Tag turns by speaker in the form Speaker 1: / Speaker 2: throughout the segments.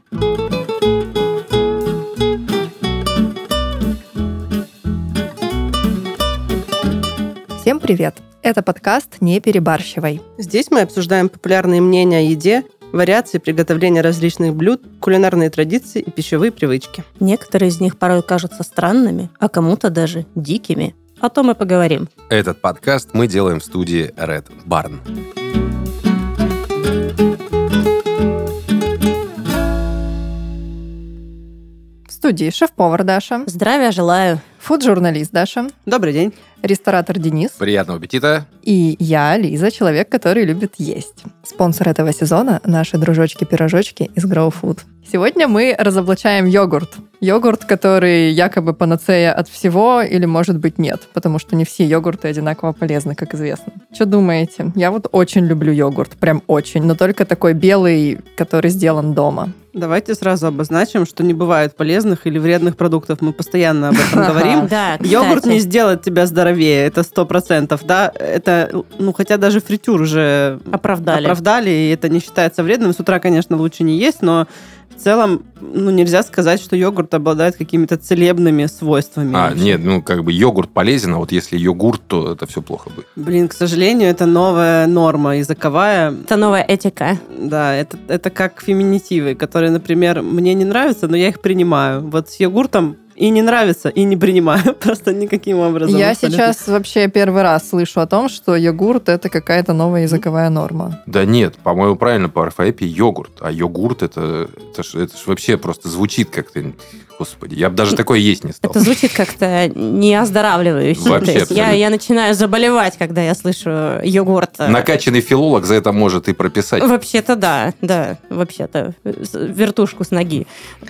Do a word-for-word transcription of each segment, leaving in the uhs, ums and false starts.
Speaker 1: Всем привет! Это подкаст «Не перебарщивай».
Speaker 2: Здесь мы обсуждаем популярные мнения о еде, вариации приготовления различных блюд, кулинарные традиции и пищевые привычки.
Speaker 3: Некоторые из них порой кажутся странными, а кому-то даже дикими. О том и поговорим.
Speaker 4: Этот подкаст мы делаем в студии Red Barn.
Speaker 1: В студии шеф-повар Даша.
Speaker 3: Здравия желаю.
Speaker 1: Фуд-журналист Даша.
Speaker 2: Добрый день.
Speaker 1: Ресторатор Денис.
Speaker 4: Приятного аппетита.
Speaker 1: И я, Лиза, человек, который любит есть. Спонсор этого сезона – наши дружочки-пирожочки из Grow Food. Сегодня мы разоблачаем йогурт. Йогурт, который якобы панацея от всего, или, может быть, нет, потому что не все йогурты одинаково полезны, как известно. Что думаете? Я вот очень люблю йогурт, прям очень, но только такой белый, который сделан дома.
Speaker 2: Давайте сразу обозначим, что не бывает полезных или вредных продуктов. Мы постоянно об этом говорим.
Speaker 3: Да,
Speaker 2: йогурт не сделает тебя здоровее, это сто процентов, да? Это, ну, хотя даже фритюр уже
Speaker 3: оправдали.
Speaker 2: оправдали, и это не считается вредным. С утра, конечно, лучше не есть, но в целом, ну, нельзя сказать, что йогурт обладает какими-то целебными свойствами.
Speaker 4: А,
Speaker 2: вообще.
Speaker 4: нет, ну, как бы йогурт полезен, а вот если йогурт, то это все плохо будет.
Speaker 2: Блин, к сожалению, это новая норма языковая.
Speaker 3: Это новая этика.
Speaker 2: Да, это, это как феминитивы, которые, например, мне не нравятся, но я их принимаю. Вот с йогуртом и не нравится, и не принимаю. Просто никаким образом.
Speaker 1: Я
Speaker 2: абсолютно.
Speaker 1: сейчас вообще первый раз слышу о том, что йогурт – это какая-то новая языковая норма.
Speaker 4: Да нет, по-моему, правильно по орфоэпии йогурт. А йогурт это, это ж это ж вообще просто звучит как-то... Господи, я бы даже такое есть не стал.
Speaker 3: Это звучит как-то не оздоравливающе.
Speaker 4: Вообще,
Speaker 3: То есть я, я начинаю заболевать, когда я слышу йогурт.
Speaker 4: Накачанный филолог за это может и прописать.
Speaker 3: Вообще-то да, да, вообще-то вертушку с ноги.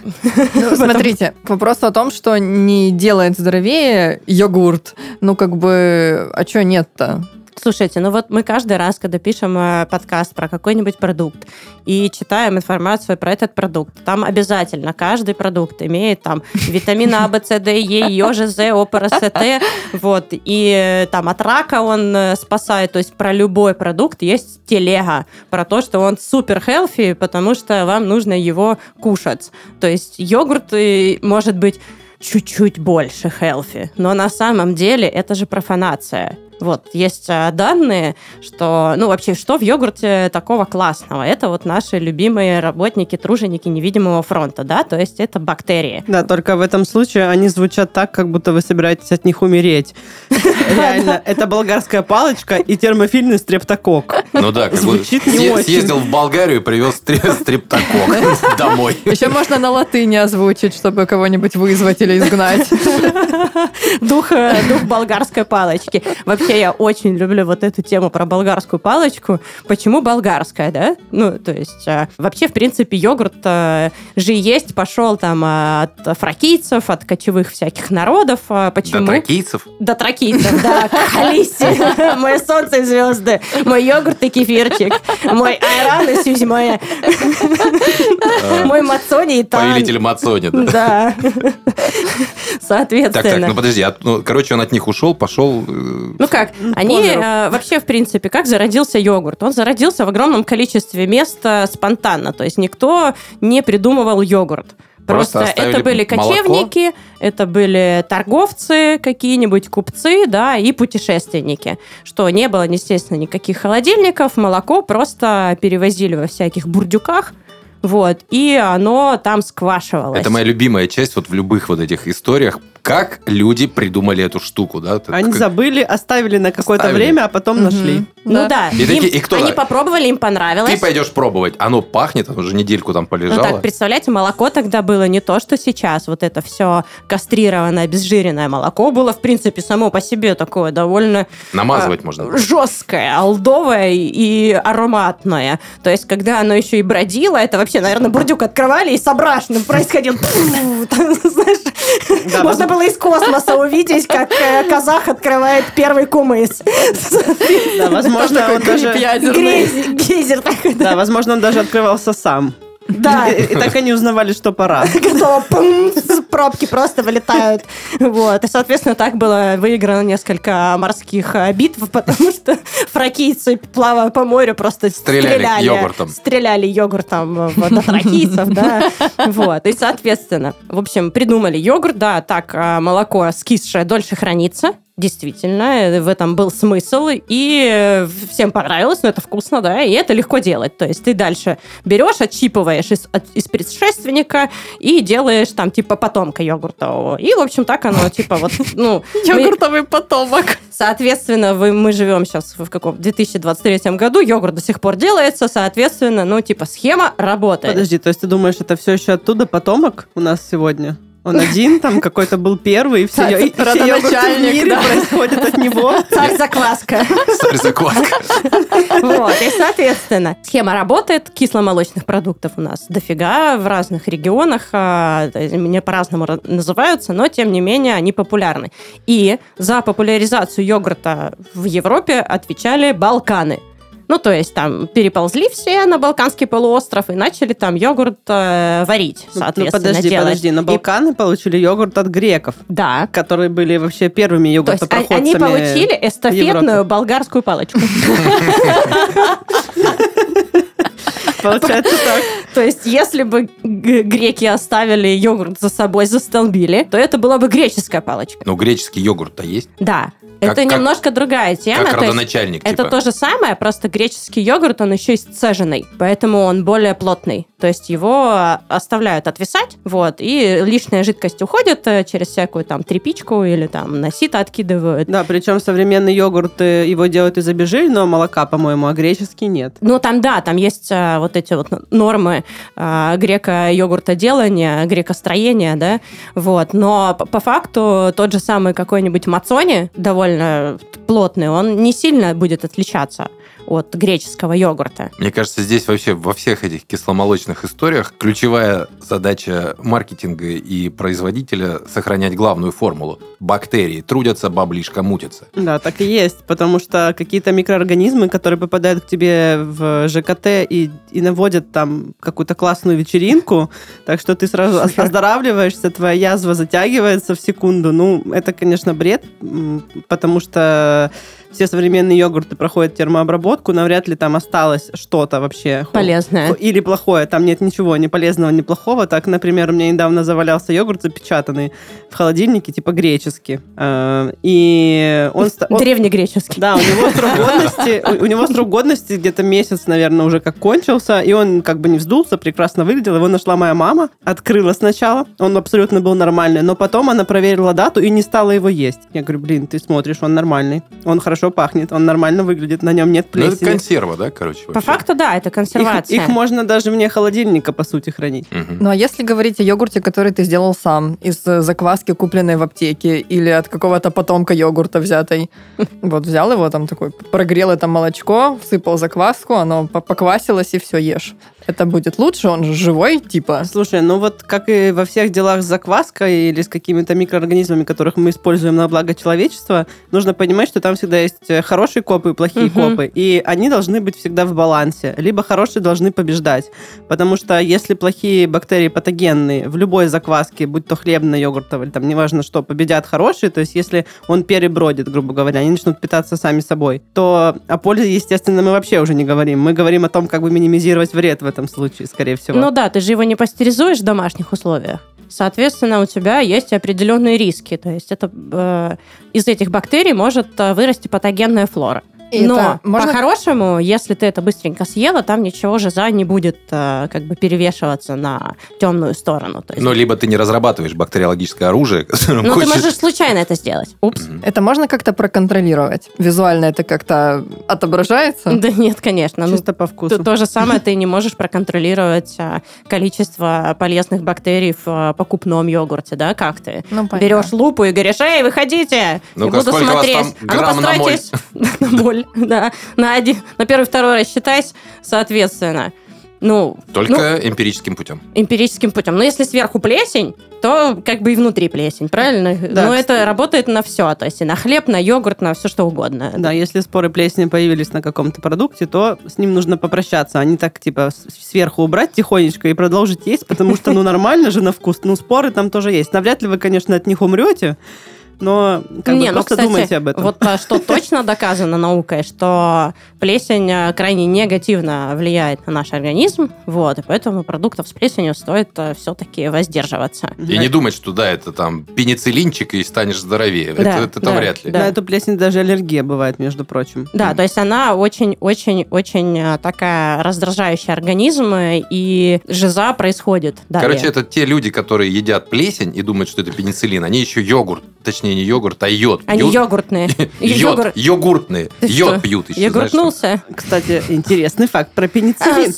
Speaker 1: Ну, смотрите, к вопросу о том, что не делает здоровее йогурт, ну как бы, а что нет-то?
Speaker 3: Слушайте, ну вот мы каждый раз, когда пишем подкаст про какой-нибудь продукт и читаем информацию про этот продукт, там обязательно каждый продукт имеет там витамины А, Б, С, Д, Е, Ё, Ж, З, О, П, Р, С, Т, вот, и там от рака он спасает, то есть про любой продукт есть телега, про то, что он супер healthy, потому что вам нужно его кушать. То есть йогурт может быть чуть-чуть больше healthy, но на самом деле это же профанация. Вот, есть данные, что, ну, вообще, что в йогурте такого классного? Это вот наши любимые работники, труженики невидимого фронта, да, то есть это бактерии.
Speaker 2: Да, только в этом случае они звучат так, как будто вы собираетесь от них умереть. Реально, это болгарская палочка и термофильный стрептокок.
Speaker 4: Ну да, как бы
Speaker 2: Звучит не очень.
Speaker 4: съездил в Болгарию и привез стрептокок домой.
Speaker 1: Еще можно на латыни озвучить, чтобы кого-нибудь вызвать или изгнать.
Speaker 3: Дух, дух болгарской палочки. Вообще, я очень люблю вот эту тему про болгарскую палочку. Почему болгарская, да? Ну, то есть, вообще, в принципе, йогурт же есть, пошел там от фракийцев, от кочевых всяких народов. Почему?
Speaker 4: До тракийцев?
Speaker 3: До тракийцев, да. Халиси, мое солнце и звезды, мой йогурт и кефирчик, мой айран и сюзьмэ, мой мацони и тан.
Speaker 4: Повелитель мацони, да.
Speaker 3: Да. Соответственно.
Speaker 4: Так, так, ну подожди, а, ну, короче, он от них ушел, пошел... Э,
Speaker 3: ну как, они э, вообще, в принципе, как зародился йогурт? Он зародился в огромном количестве мест спонтанно, то есть никто не придумывал йогурт. Просто, Просто это были кочевники, молоко. Это были торговцы какие-нибудь, купцы, да, и путешественники. Что не было, естественно, никаких холодильников, молоко просто перевозили во всяких бурдюках. Вот, и оно там сквашивалось.
Speaker 4: Это моя любимая часть вот в любых вот этих историях. Как люди придумали эту штуку, да?
Speaker 2: Они
Speaker 4: как...
Speaker 2: забыли, оставили на какое-то
Speaker 4: оставили.
Speaker 2: время, а потом угу. нашли.
Speaker 3: Ну да,
Speaker 4: и
Speaker 3: им,
Speaker 4: такие, и кто
Speaker 3: они
Speaker 4: так?
Speaker 3: попробовали, им понравилось.
Speaker 4: Ты пойдешь пробовать, оно пахнет, оно уже недельку там полежало.
Speaker 3: Ну так, представляете, молоко тогда было не то, что сейчас. Вот это все кастрированное, обезжиренное молоко было, в принципе, само по себе такое довольно...
Speaker 4: Намазывать
Speaker 3: э,
Speaker 4: можно.
Speaker 3: Жесткое, олдовое и ароматное. То есть, когда оно еще и бродило, это вообще, наверное, бурдюк открывали, и с обрашенным происходил... Можно было из космоса увидеть, как казах открывает первый кумыс.
Speaker 2: Да, возможно, он даже...
Speaker 3: Гейзер такой.
Speaker 2: Да, возможно, он даже открывался сам.
Speaker 3: Да, Да.
Speaker 2: И, и так они узнавали, что пора.
Speaker 3: Готово, пум, пробки просто вылетают. Вот. И, соответственно, так было выиграно несколько морских битв, потому что фракийцы, плавая по морю, просто
Speaker 4: Стреляли
Speaker 3: стреляли
Speaker 4: йогуртом.
Speaker 3: Стреляли йогуртом в дофракийцев, да. Вот. И, соответственно, в общем, придумали йогурт, да, так молоко скисшее дольше хранится. Действительно, в этом был смысл, и всем понравилось, но это вкусно, да, и это легко делать. То есть ты дальше берешь, отщипываешь из, от, из предшественника и делаешь там типа потомка йогуртового. И, в общем, так оно типа вот, ну...
Speaker 1: Йогуртовый потомок.
Speaker 3: Соответственно, вы, мы живем сейчас в каком две тысячи двадцать третьем году, йогурт до сих пор делается, соответственно, ну, типа, схема работает.
Speaker 2: Подожди, то есть ты думаешь, это все еще оттуда потомок у нас сегодня? Он один, там какой-то был первый, и все,
Speaker 1: Да,
Speaker 2: и, все йогурты в мире
Speaker 1: да.
Speaker 2: происходят от него.
Speaker 3: Царь-закваска.
Speaker 4: Царь-закваска.
Speaker 3: Вот, и, соответственно, схема работает, кисломолочных продуктов у нас дофига в разных регионах, они по-разному называются, но, тем не менее, они популярны. И за популяризацию йогурта в Европе отвечали Балканы. Ну, то есть там переползли все на Балканский полуостров и начали там йогурт э, варить, соответственно,
Speaker 2: Ну, подожди,
Speaker 3: делать.
Speaker 2: подожди, на Балканы
Speaker 3: И...
Speaker 2: получили йогурт от греков,
Speaker 3: Да.
Speaker 2: которые были вообще первыми
Speaker 3: То есть
Speaker 2: йогуртопроходцами.
Speaker 3: они получили эстафетную болгарскую палочку.
Speaker 2: Получается так.
Speaker 3: То есть, если бы греки оставили йогурт за собой, застолбили, то это была бы греческая палочка.
Speaker 4: Ну, греческий йогурт-то есть?
Speaker 3: Да.
Speaker 4: Как-
Speaker 3: это
Speaker 4: как-
Speaker 3: немножко другая тема.
Speaker 4: Как
Speaker 3: то есть
Speaker 4: родоначальник,
Speaker 3: это
Speaker 4: типа.
Speaker 3: то же самое, просто греческий йогурт, он еще и сцеженный, поэтому он более плотный. То есть его оставляют отвисать, вот, и лишняя жидкость уходит э, через всякую там тряпичку или там на сито откидывают.
Speaker 2: Да, причем современный йогурт, э, его делают из обезжиренного молока, по-моему, а греческий нет.
Speaker 3: Ну, там, да, там есть а, вот эти вот нормы а, греко-йогуртоделания, грекостроения, да, вот, но по, по факту тот же самый какой-нибудь мацони, довольно плотный, он не сильно будет отличаться от греческого йогурта.
Speaker 4: Мне кажется, здесь вообще во всех этих кисломолочных историях ключевая задача маркетинга и производителя сохранять главную формулу. Бактерии трудятся, баблишко мутится.
Speaker 2: Да, так и есть, потому что какие-то микроорганизмы, которые попадают к тебе в ЖКТ и, и наводят там какую-то классную вечеринку, так что ты сразу оздоравливаешься, твоя язва затягивается в секунду. Ну, это, конечно, бред, потому что все современные йогурты проходят термообработку, навряд ли там осталось что-то вообще
Speaker 3: Полезное.
Speaker 2: или плохое. Там нет ничего ни полезного, ни плохого. Так, например, у меня недавно завалялся йогурт запечатанный в холодильнике, типа греческий. И он... он
Speaker 3: Древнегреческий.
Speaker 2: да, у него срок годности, у, у него срок годности где-то месяц, наверное, уже как кончился, и он как бы не вздулся, прекрасно выглядел. Его нашла моя мама, открыла сначала, он абсолютно был нормальный, но потом она проверила дату и не стала его есть. Я говорю, блин, ты смотришь, он нормальный, он хорошо пахнет, он нормально выглядит, на нем нет
Speaker 4: Ну, это
Speaker 2: плесени.
Speaker 4: консерва, да, короче?
Speaker 3: По
Speaker 4: вообще?
Speaker 3: факту, да, это
Speaker 2: Их,
Speaker 3: консервация.
Speaker 2: их можно даже вне холодильника, по сути, хранить.
Speaker 4: Мгм.
Speaker 1: Ну а если говорить о йогурте, который ты сделал сам, из э, закваски, купленной в аптеке, или от какого-то потомка йогурта взятой, вот взял его там такой, прогрел это молочко, всыпал закваску, оно по- поквасилось, и все, ешь. Это будет лучше, он же живой, типа.
Speaker 2: Слушай, ну вот как и во всех делах с закваской или с какими-то микроорганизмами, которых мы используем на благо человечества, нужно понимать, что там всегда есть хорошие копы и плохие
Speaker 3: Мгм.
Speaker 2: копы, и они должны быть всегда в балансе. Либо хорошие должны побеждать, потому что если плохие бактерии патогенные в любой закваске, будь то хлебная, йогуртовая, или там неважно что, победят хорошие, то есть если он перебродит, грубо говоря, они начнут питаться сами собой, то о пользе, естественно, мы вообще уже не говорим. Мы говорим о том, как бы минимизировать вред в этом случае, скорее всего.
Speaker 3: Ну да, ты же его не пастеризуешь в домашних условиях. Соответственно, у тебя есть определенные риски. То есть это э, из этих бактерий может э, вырасти патогенная флора.
Speaker 1: И
Speaker 3: Но
Speaker 1: это можно-
Speaker 3: по-хорошему, если ты это быстренько съела, там ничего же за не будет э, как бы перевешиваться на темную сторону. То есть,
Speaker 4: Ну, либо ты не разрабатываешь бактериологическое оружие, которым
Speaker 3: ну, ты
Speaker 4: хочешь...
Speaker 3: можешь случайно это сделать. Упс.
Speaker 4: Мгм.
Speaker 1: Это можно как-то проконтролировать? Визуально это как-то отображается?
Speaker 3: Да нет, конечно. Ну,
Speaker 2: Чисто по вкусу.
Speaker 3: то, то же самое ты не можешь проконтролировать а, количество полезных бактерий в а, покупном йогурте, да? Как ты?
Speaker 1: Ну, понятно.
Speaker 3: Берешь лупу и говоришь, эй, выходите!
Speaker 4: Ну-ка,
Speaker 3: и буду
Speaker 4: сколько у вас
Speaker 3: смотреть.
Speaker 4: там
Speaker 3: А ну,
Speaker 4: грамм на моль?
Speaker 3: постарайтесь на моль, да. На, один, на первый, второй рассчитайся, соответственно. Ну,
Speaker 4: Только ну, эмпирическим путем.
Speaker 3: Эмпирическим путем. Но если сверху плесень, то как бы и внутри плесень, правильно? Да, но это работает на все, то есть и на хлеб, на йогурт, на все что угодно.
Speaker 2: Да, если споры плесени появились на каком-то продукте, то с ним нужно попрощаться, а не так, типа, сверху убрать тихонечко и продолжить есть, потому что, ну, нормально же на вкус, ну, споры там тоже есть. Навряд ли вы, конечно, от них умрете, но как Не, бы ну, просто кстати, думайте об этом.
Speaker 3: Вот что точно доказано наукой, что плесень крайне негативно влияет на наш организм, вот, и поэтому продуктов с плесенью стоит все-таки воздерживаться.
Speaker 4: И да. не думать, что да, это там пенициллинчик и станешь здоровее. Да, это это да, вряд ли.
Speaker 2: Да. На эту плесень даже аллергия бывает, между прочим.
Speaker 3: Да, mm. то есть она очень-очень-очень такая раздражающая организм, и жиза происходит. Далее.
Speaker 4: Короче, это те люди, которые едят плесень и думают, что это пенициллин, они еще йогурт, точнее, не йогурт, а йод.
Speaker 3: Они йод. йогуртные.
Speaker 4: Йод, йогуртные. Ты йод что? Пьют еще.
Speaker 3: Йогуртнулся.
Speaker 2: Кстати, интересный факт про пенициллин.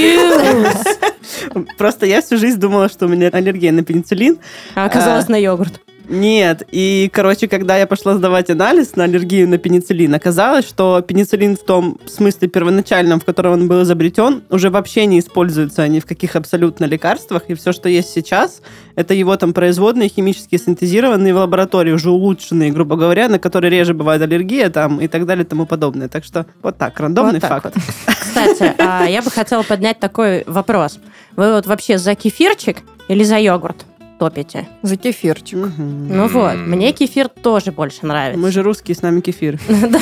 Speaker 2: Просто я всю жизнь думала, что у меня аллергия на пенициллин.
Speaker 3: А оказалось на йогурт.
Speaker 2: Нет, и, короче, когда я пошла сдавать анализ на аллергию на пенициллин, оказалось, что пенициллин в том смысле первоначальном, в котором он был изобретен, уже вообще не используется ни в каких абсолютно лекарствах, и все, что есть сейчас, это его там производные, химически синтезированные в лаборатории, уже улучшенные, грубо говоря, на которые реже бывает аллергия там и так далее и тому подобное. Так что вот так, рандомный вот так факт.
Speaker 3: Вот. Кстати, я бы хотела поднять такой вопрос. Вы вот вообще за кефирчик или за йогурт топите?
Speaker 1: За кефирчик.
Speaker 3: Угу. Ну вот, мне кефир тоже больше нравится.
Speaker 2: Мы же русские, с нами кефир.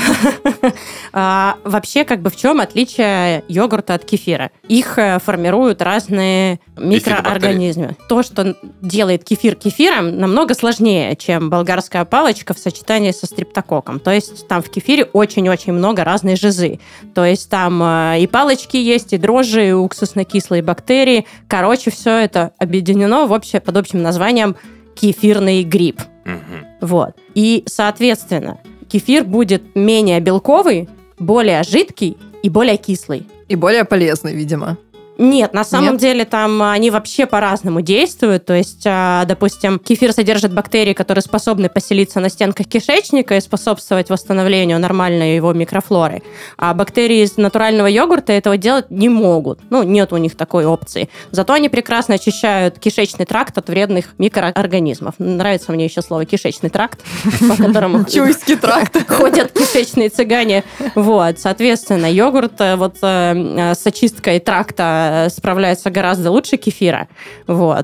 Speaker 3: Да. Вообще, как бы в чем отличие йогурта от кефира? Их формируют разные микроорганизмы. То, что делает кефир кефиром, намного сложнее, чем болгарская палочка в сочетании со стрептококком. То есть там в кефире очень-очень много разной жизы. То есть там и палочки есть, и дрожжи, и уксусно-кислые бактерии. Короче, все это объединено в обще, под общим названием кефирный гриб. Mm-hmm. Вот. И, соответственно, кефир будет менее белковый, более жидкий и более кислый.
Speaker 1: И более полезный, видимо.
Speaker 3: Нет, на самом Нет? деле там они вообще по-разному действуют. То есть, допустим, кефир содержит бактерии, которые способны поселиться на стенках кишечника и способствовать восстановлению нормальной его микрофлоры. А бактерии из натурального йогурта этого делать не могут. Ну, нет у них такой опции. Зато они прекрасно очищают кишечный тракт от вредных микроорганизмов. Нравится мне еще слово «кишечный тракт», по которому
Speaker 1: Чуйский тракт.
Speaker 3: Ходят кишечные цыгане. Вот, соответственно, йогурт вот с очисткой тракта справляется гораздо лучше кефира. Вот,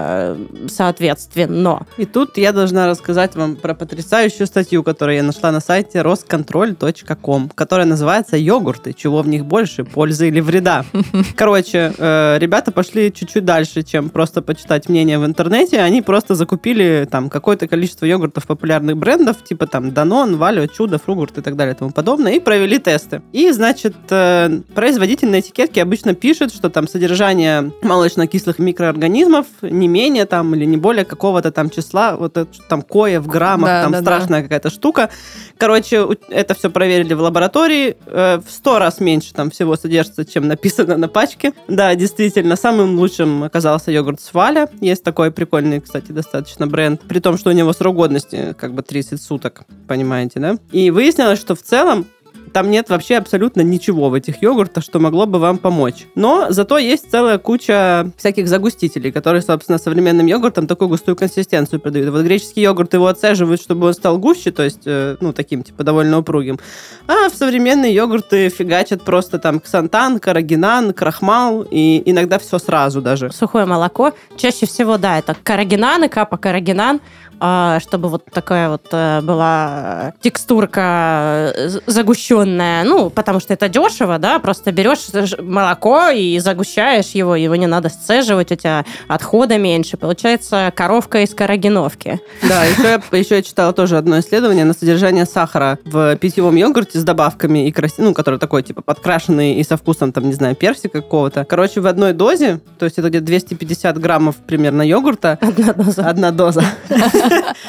Speaker 3: соответственно.
Speaker 2: И тут я должна рассказать вам про потрясающую статью, которую я нашла на сайте росконтроль точка ком, которая называется «Йогурты. Чего в них больше, пользы или вреда?». Короче, ребята пошли чуть-чуть дальше, чем просто почитать мнение в интернете. Они просто закупили там какое-то количество йогуртов популярных брендов, типа там Данон, Валио, Чудо, Фругурт и так далее и тому подобное, и провели тесты. И, значит, производитель на этикетке обычно пишет, что там содержание молочно-кислых микроорганизмов не менее там или не более какого-то там числа, вот это, там кое в граммах, да, там да, страшная да. какая-то штука. Короче, это все проверили в лаборатории, э, в сто раз меньше там всего содержится, чем написано на пачке. Да, действительно, самым лучшим оказался йогурт с Валя. Есть такой прикольный, кстати, достаточно бренд, при том, что у него срок годности как бы тридцать суток, понимаете, да? И выяснилось, что в целом там нет вообще абсолютно ничего в этих йогуртах, что могло бы вам помочь. Но зато есть целая куча всяких загустителей, которые, собственно, современным йогуртам такую густую консистенцию придают. Вот греческий йогурт его отцеживают, чтобы он стал гуще, то есть, ну, таким, типа, довольно упругим. А в современные йогурты фигачат просто там ксантан, каррагинан, крахмал и иногда все сразу даже.
Speaker 3: Сухое молоко. Чаще всего, да, это каррагинан и капа-каррагинан, чтобы вот такая вот была текстурка загущенная, ну, потому что это дешево, да, просто берешь молоко и загущаешь его, его не надо сцеживать, у тебя отхода меньше, получается коровка из каррагиновки.
Speaker 2: Да, еще я, еще я читала тоже одно исследование на содержание сахара в питьевом йогурте с добавками, и краси... ну, который такой, типа, подкрашенный и со вкусом, там, не знаю, персика какого-то. Короче, в одной дозе, то есть это где-то двести пятьдесят граммов примерно йогурта.
Speaker 3: Одна доза.
Speaker 2: Одна доза.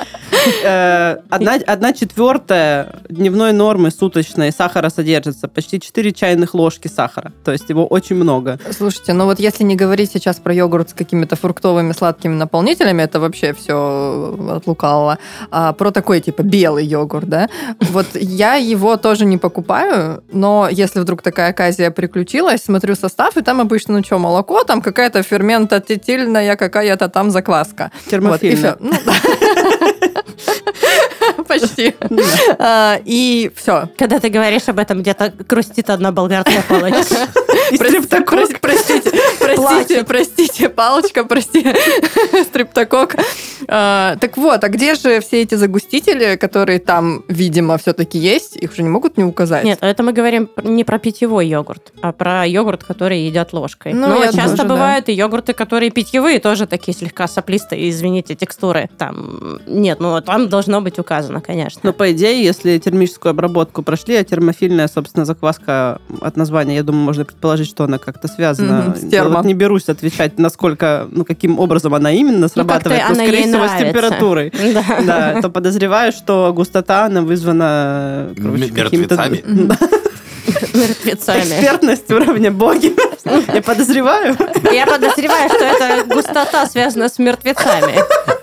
Speaker 2: Э, Одна, одна четвертая дневной нормы суточной сахара содержится. Почти четыре чайных ложки сахара. То есть его очень много.
Speaker 1: Слушайте, ну вот если не говорить сейчас про йогурт с какими-то фруктовыми сладкими наполнителями, это вообще все от лукавого. А про такой типа белый йогурт, да? Вот я его тоже не покупаю, но если вдруг такая оказия приключилась, смотрю состав, и там обычно, ну что, молоко, там какая-то ферментатительная какая-то там закваска.
Speaker 2: Термофильная.
Speaker 1: Вот, и всё. Ну, почти. А, и все.
Speaker 3: Когда ты говоришь об этом, где-то хрустит одна болгарская палочка.
Speaker 1: Простите, простите, простите, палочка, прости, стрептокок. А, так вот, а где же все эти загустители, которые там, видимо, все-таки есть? Их же не могут не указать.
Speaker 3: Нет, это мы говорим не про питьевой йогурт, а про йогурт, который едят ложкой.
Speaker 1: Ну,
Speaker 3: Но
Speaker 1: я
Speaker 3: часто
Speaker 1: тоже,
Speaker 3: бывают и йогурты, которые питьевые, тоже такие слегка соплистые, извините, текстуры. Там нет, ну там должно быть указано, конечно.
Speaker 2: Но по идее, если термическую обработку прошли, а термофильная, собственно, закваска от названия, я думаю, можно предположить, что она как-то связана.
Speaker 1: Мгм, с термо.
Speaker 2: Вот не берусь отвечать, насколько, ну, каким образом она именно срабатывает,
Speaker 3: как-то
Speaker 2: но,
Speaker 3: она
Speaker 2: скорее
Speaker 3: ей
Speaker 2: всего, с
Speaker 3: нравится.
Speaker 2: температурой.
Speaker 3: Да.
Speaker 2: Да, то подозреваю, что густота, она вызвана, короче,
Speaker 4: М-
Speaker 2: какими-то...
Speaker 4: мертвецами.
Speaker 2: Да.
Speaker 3: Мертвецами.
Speaker 2: Экспертность уровня боги. Я подозреваю.
Speaker 3: Я подозреваю, что эта густота связана с мертвецами.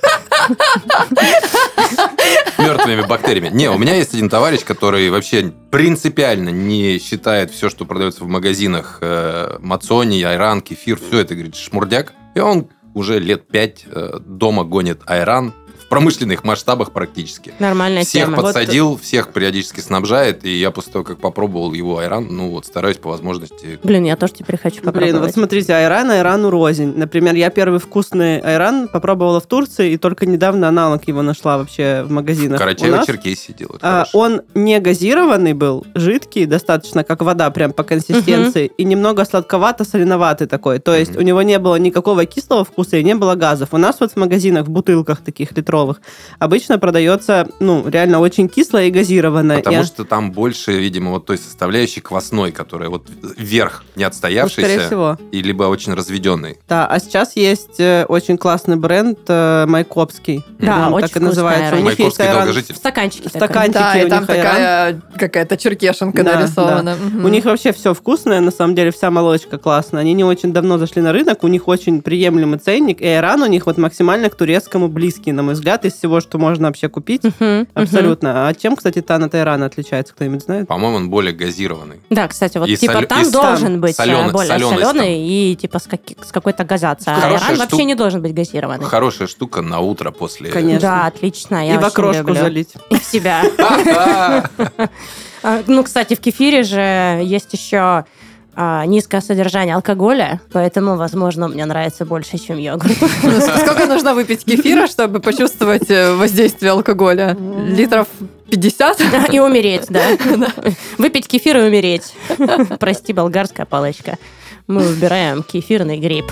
Speaker 4: Мертвыми бактериями. Не, у меня есть один товарищ, который вообще принципиально не считает все, что продается в магазинах, э, мацони, айран, кефир, все это, говорит, шмурдяк. И он уже лет пять э, дома гонит айран в промышленных масштабах практически.
Speaker 3: Нормальная
Speaker 4: Всех
Speaker 3: тема.
Speaker 4: подсадил, всех периодически снабжает, и я после того, как попробовал его айран, ну вот стараюсь по возможности...
Speaker 3: Блин, я тоже теперь хочу попробовать.
Speaker 2: Блин, вот смотрите, айран, айрану рознь. Например, я первый вкусный айран попробовала в Турции, и только недавно аналог его нашла вообще в
Speaker 4: В
Speaker 2: магазинах. У нас,
Speaker 4: Карачаево-Черкесии делают.
Speaker 2: а,
Speaker 4: хорошо.
Speaker 2: он не газированный был, жидкий, достаточно как вода прям по консистенции, и немного сладковато-соленоватый такой. То есть
Speaker 4: Мгм.
Speaker 2: у него не было никакого кислого вкуса и не было газов. У нас вот в магазинах, в бутылках таких литровых, обычно продается, ну, реально очень кислое и газированное.
Speaker 4: Потому
Speaker 2: И-
Speaker 4: что там больше, видимо, вот той составляющей квасной, которая вот вверх не
Speaker 2: ну,
Speaker 4: отстоявшийся,
Speaker 2: скорее всего.
Speaker 4: и либо очень разведенный.
Speaker 2: Да, а сейчас есть э, очень классный бренд э, Майкопский.
Speaker 3: Да,
Speaker 2: Он
Speaker 3: очень
Speaker 2: так и
Speaker 3: вкусный
Speaker 2: называется. У
Speaker 3: айран.
Speaker 2: них есть
Speaker 4: Майкопский
Speaker 2: айран-
Speaker 4: долгожитель.
Speaker 3: В стаканчике.
Speaker 2: В стаканчике.
Speaker 1: Да,
Speaker 2: у
Speaker 1: и там
Speaker 2: них айран.
Speaker 1: такая какая-то черкешенка
Speaker 2: Да,
Speaker 1: нарисована. Мгм.
Speaker 2: У них вообще все вкусное, на самом деле вся молочка классная. Они не очень давно зашли на рынок, у них очень приемлемый ценник, и айран у них вот максимально к турецкому близкий, на мой взгляд, из всего, что можно вообще купить.
Speaker 3: Мгм,
Speaker 2: Абсолютно. А чем, кстати, тан от айрана отличается, кто-нибудь знает?
Speaker 4: По-моему, он более газированный.
Speaker 3: мгм. Да, кстати, вот
Speaker 4: И
Speaker 3: типа
Speaker 4: соль-
Speaker 3: там
Speaker 4: и
Speaker 3: должен быть
Speaker 4: солёный-
Speaker 3: э, более
Speaker 4: солёность там.
Speaker 3: соленый и типа с, каки- с какой-то газацией. А
Speaker 4: Хорошая
Speaker 3: айран вообще
Speaker 4: штука.
Speaker 3: не должен быть газированный.
Speaker 4: Хорошая штука на утро после...
Speaker 2: Конечно.
Speaker 3: Да, отлично. Я
Speaker 2: И в
Speaker 3: очень
Speaker 2: окрошку
Speaker 3: люблю.
Speaker 2: залить.
Speaker 3: И в себя.
Speaker 4: А-а-а!
Speaker 3: А, Ну, кстати, в кефире же есть еще а, низкое содержание алкоголя, поэтому, возможно, мне нравится больше, чем йогурт.
Speaker 1: Ну, Сколько нужно выпить кефира, чтобы почувствовать э, воздействие алкоголя? Литров пятьдесят?
Speaker 3: И умереть, да. Выпить кефир и умереть. Прости, болгарская палочка. Мы выбираем кефирный гриб.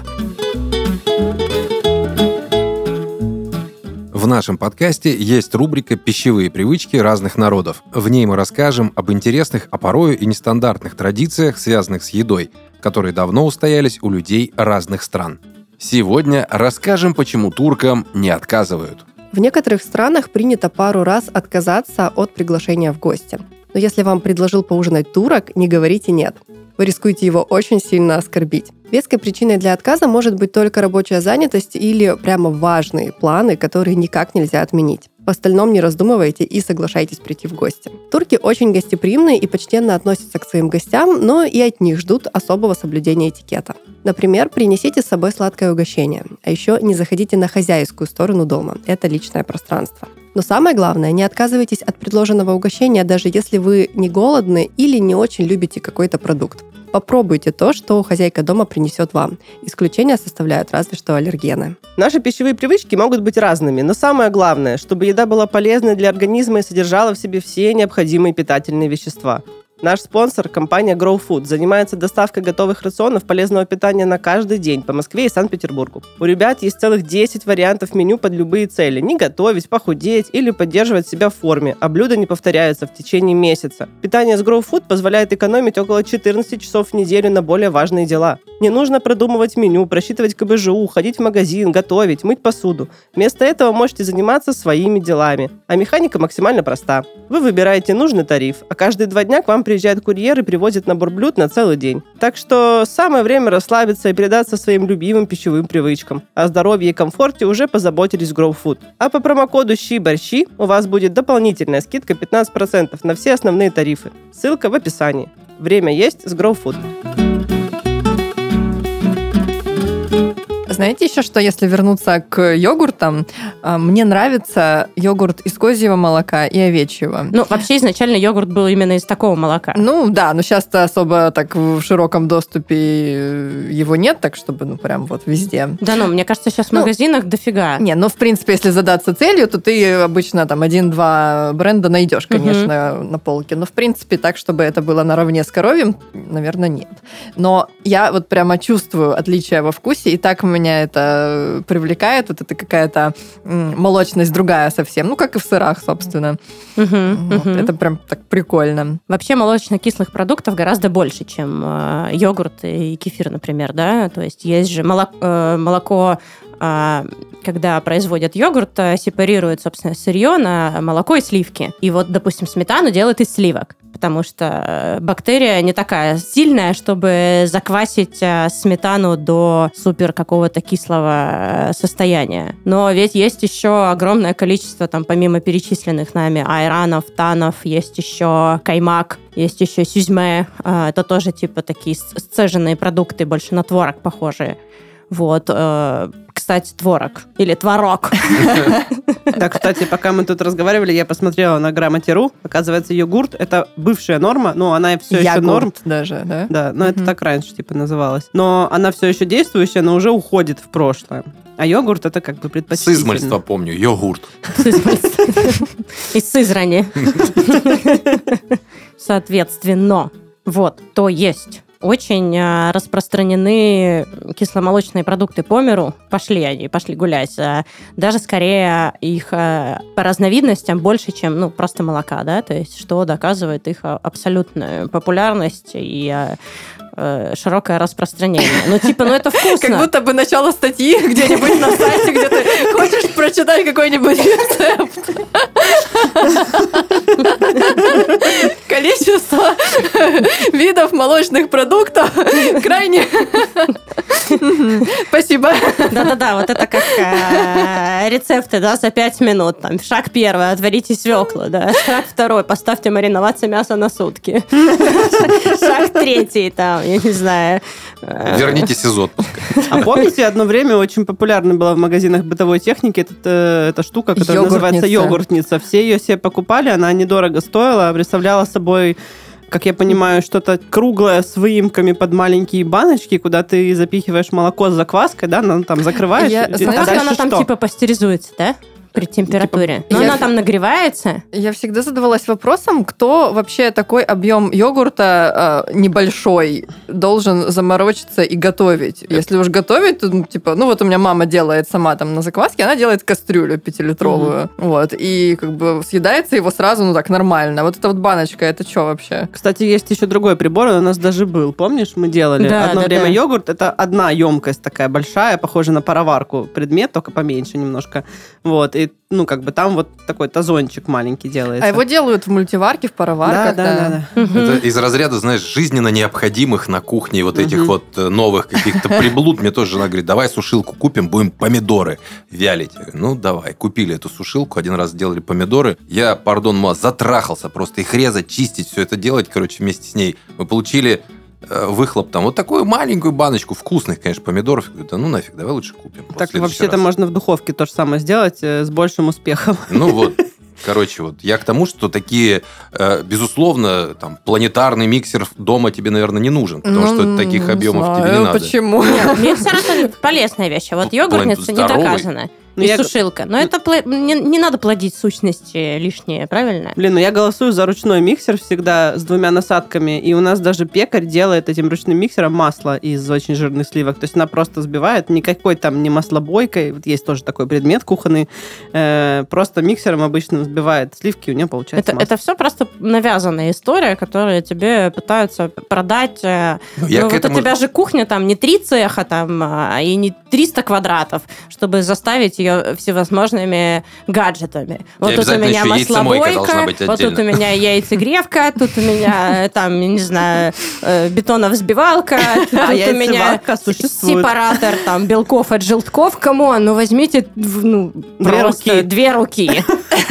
Speaker 4: В нашем подкасте есть рубрика «Пищевые привычки разных народов». В ней мы расскажем об интересных, а порою и нестандартных традициях, связанных с едой, которые давно устоялись у людей разных стран. Сегодня расскажем, почему туркам не отказывают.
Speaker 5: В некоторых странах принято пару раз отказаться от приглашения в гости. Но если вам предложил поужинать турок, не говорите «нет». Вы рискуете его очень сильно оскорбить. Веской причиной для отказа может быть только рабочая занятость или прямо важные планы, которые никак нельзя отменить. В остальном не раздумывайте и соглашайтесь прийти в гости. Турки очень гостеприимные и почтенно относятся к своим гостям, но и от них ждут особого соблюдения этикета. Например, принесите с собой сладкое угощение, а еще не заходите на хозяйскую сторону дома. Это личное пространство. Но самое главное, не отказывайтесь от предложенного угощения, даже если вы не голодны или не очень любите какой-то продукт. Попробуйте то, что хозяйка дома принесет вам. Исключения составляют разве что аллергены.
Speaker 2: Наши пищевые привычки могут быть разными, но самое главное, чтобы еда была полезной для организма и содержала в себе все необходимые питательные вещества. Наш спонсор – компания Grow Food. Занимается доставкой готовых рационов полезного питания на каждый день по Москве и Санкт-Петербургу. У ребят есть целых десять вариантов меню под любые цели. Не готовить, похудеть или поддерживать себя в форме, а блюда не повторяются в течение месяца. Питание с Grow Food позволяет экономить около четырнадцать часов в неделю на более важные дела. Не нужно продумывать меню, просчитывать ка бэ жэ у, ходить в магазин, готовить, мыть посуду. Вместо этого можете заниматься своими делами. А механика максимально проста. Вы выбираете нужный тариф, а каждые два дня к вам приезжает курьер и привозит набор блюд на целый день. Так что самое время расслабиться и предаться своим любимым пищевым привычкам. О здоровье и комфорте уже позаботились Grow Food. А по промокоду щи-борщи у вас будет дополнительная скидка пятнадцать процентов на все основные тарифы. Ссылка в описании. Время есть с Grow Food.
Speaker 1: Знаете еще, что если вернуться к йогуртам, мне нравится йогурт из козьего молока и овечьего.
Speaker 3: Ну, вообще изначально йогурт был именно из такого молока.
Speaker 1: Ну, да, но сейчас-то особо так в широком доступе его нет, так чтобы, ну, прям вот везде.
Speaker 3: Да, ну, мне кажется, сейчас в
Speaker 1: ну,
Speaker 3: магазинах дофига.
Speaker 1: Не, ну, в принципе, если задаться целью, то ты обычно там один-два бренда найдешь, конечно, угу. на полке. Но, в принципе, так, чтобы это было наравне с коровьим, наверное, нет. Но я вот прямо чувствую отличия во вкусе, и так у меня это привлекает, вот это какая-то молочность другая совсем, ну, как и в сырах, собственно. Uh-huh, вот, uh-huh. Это прям так прикольно.
Speaker 3: Вообще молочно-кислых продуктов гораздо больше, чем э, йогурт и кефир, например, да, то есть есть же молоко, э, молоко э, когда производят йогурт, сепарируют, собственно, сырье на молоко и сливки. И вот, допустим, сметану делают из сливок, потому что бактерия не такая сильная, чтобы заквасить сметану до супер какого-то кислого состояния. Но ведь есть еще огромное количество, там, помимо перечисленных нами айранов, танов, есть еще каймак, есть еще сюзьме. Это тоже типа такие сцеженные продукты, больше на творог похожие. Вот. Кстати, творог. Или творог.
Speaker 2: Так, кстати, пока мы тут разговаривали, я посмотрела на грамоте.ру. Оказывается, йогурт — это бывшая норма, но она все еще норм.
Speaker 1: даже, да?
Speaker 2: Да, но это так раньше типа называлось. Но она все еще действующая, но уже уходит в прошлое. А йогурт — это как бы предпочтительно.
Speaker 4: С измальства помню, йогурт.
Speaker 3: Из Сызрани. Соответственно, вот, то есть... Очень распространены кисломолочные продукты по миру. Пошли они, пошли гулять. Даже скорее их по разновидностям больше, чем ну, просто молока, да, то есть что доказывает их абсолютную популярность и широкое распространение. Ну, типа, ну это вкусно.
Speaker 1: Как будто бы начало статьи где-нибудь на сайте, где ты хочешь прочитать какой-нибудь рецепт. Количество видов молочных продуктов крайне... Спасибо.
Speaker 3: Да-да-да, вот это как э, рецепты, да, за пять минут. Там, шаг первый, отварите свеклу, да. Шаг второй, поставьте мариноваться мясо на сутки. Шаг третий, там, я не знаю.
Speaker 4: Вернитесь из отпуска.
Speaker 2: А помните, одно время очень популярна была в магазинах бытовой техники эта, эта штука, которая
Speaker 1: йогуртница.
Speaker 2: называется йогуртница. Все ее себе покупали, она недорого стоила, представляла собой... как я понимаю, что-то круглое с выемками под маленькие баночки, куда ты запихиваешь молоко с закваской, да, ну, там закрываешь.
Speaker 1: Я,
Speaker 2: и,
Speaker 1: знаешь,
Speaker 3: а как она
Speaker 2: что?
Speaker 3: там типа пастеризуется, да? При температуре. Но
Speaker 1: я...
Speaker 3: она там нагревается.
Speaker 1: Я всегда задавалась вопросом, кто вообще такой объем йогурта э, небольшой должен заморочиться и готовить. Если уж готовить, то, ну, типа, ну вот у меня мама делает сама там на закваске, она делает кастрюлю пятилитровую, mm-hmm. вот, и как бы съедается его сразу, ну так, нормально. Вот эта вот баночка, это что вообще?
Speaker 2: Кстати, есть еще другой прибор, он у нас даже был, помнишь, мы делали
Speaker 3: да,
Speaker 2: одно
Speaker 3: да,
Speaker 2: время
Speaker 3: да.
Speaker 2: йогурт, это одна емкость такая большая, похожа на пароварку, предмет, только поменьше немножко, вот, и ну, как бы там вот такой тазончик маленький делается.
Speaker 1: А его делают в мультиварке, в пароварках.
Speaker 2: Да, да, да. да.
Speaker 3: Угу.
Speaker 4: Это из разряда, знаешь, жизненно необходимых на кухне вот этих
Speaker 2: Угу.
Speaker 4: вот новых каких-то приблуд. Мне тоже жена говорит, давай сушилку купим, будем помидоры вялить. Я говорю, ну, давай. Купили эту сушилку, один раз сделали помидоры. Я, пардон, мой, затрахался просто их резать, чистить, все это делать, короче, вместе с ней. Мы получили выхлоп там, вот такую маленькую баночку вкусных, конечно, помидоров. Я говорю, да ну нафиг, давай лучше купим.
Speaker 2: Так вообще-то
Speaker 4: раз.
Speaker 2: можно в духовке то же самое сделать э, с большим успехом.
Speaker 4: Ну вот, короче, вот я к тому, что такие, э, безусловно, там, планетарный миксер дома тебе, наверное, не нужен, потому
Speaker 1: ну,
Speaker 4: что таких объемов
Speaker 1: знаю,
Speaker 4: тебе не надо.
Speaker 1: Почему?
Speaker 3: Нет, миксер – это полезная вещь, а вот йогуртница не доказана.
Speaker 2: Ну,
Speaker 3: и
Speaker 2: я-
Speaker 3: сушилка. Но это пла- не, не надо плодить сущности лишние, правильно?
Speaker 2: Блин, ну я голосую за ручной миксер всегда с двумя насадками, и у нас даже пекарь делает этим ручным миксером масло из очень жирных сливок. То есть она просто взбивает, никакой там не маслобойкой, вот есть тоже такой предмет кухонный, э, просто миксером обычно взбивает сливки, у нее получается
Speaker 3: Это,
Speaker 2: масло.
Speaker 3: это все просто навязанная история, которую тебе пытаются продать. э,
Speaker 4: Ну, я
Speaker 3: ну,
Speaker 4: к
Speaker 3: вот
Speaker 4: этому-
Speaker 3: у тебя же кухня там не три цеха там, а, и не триста квадратов, чтобы заставить ее всевозможными гаджетами. Вот тут у
Speaker 4: обязательно
Speaker 3: меня
Speaker 4: еще яйцемойка должна
Speaker 3: маслобойка,
Speaker 4: быть
Speaker 3: вот тут у
Speaker 4: отдельно.
Speaker 3: меня яйцегревка, тут у меня э, там, не знаю, э, бетоновзбивалка, тут
Speaker 2: А
Speaker 3: у меня
Speaker 2: яйцеварка существует.
Speaker 3: сепаратор там белков от желтков. Камон, ну возьмите в- ну,
Speaker 2: Две
Speaker 3: просто
Speaker 2: руки.
Speaker 3: две руки.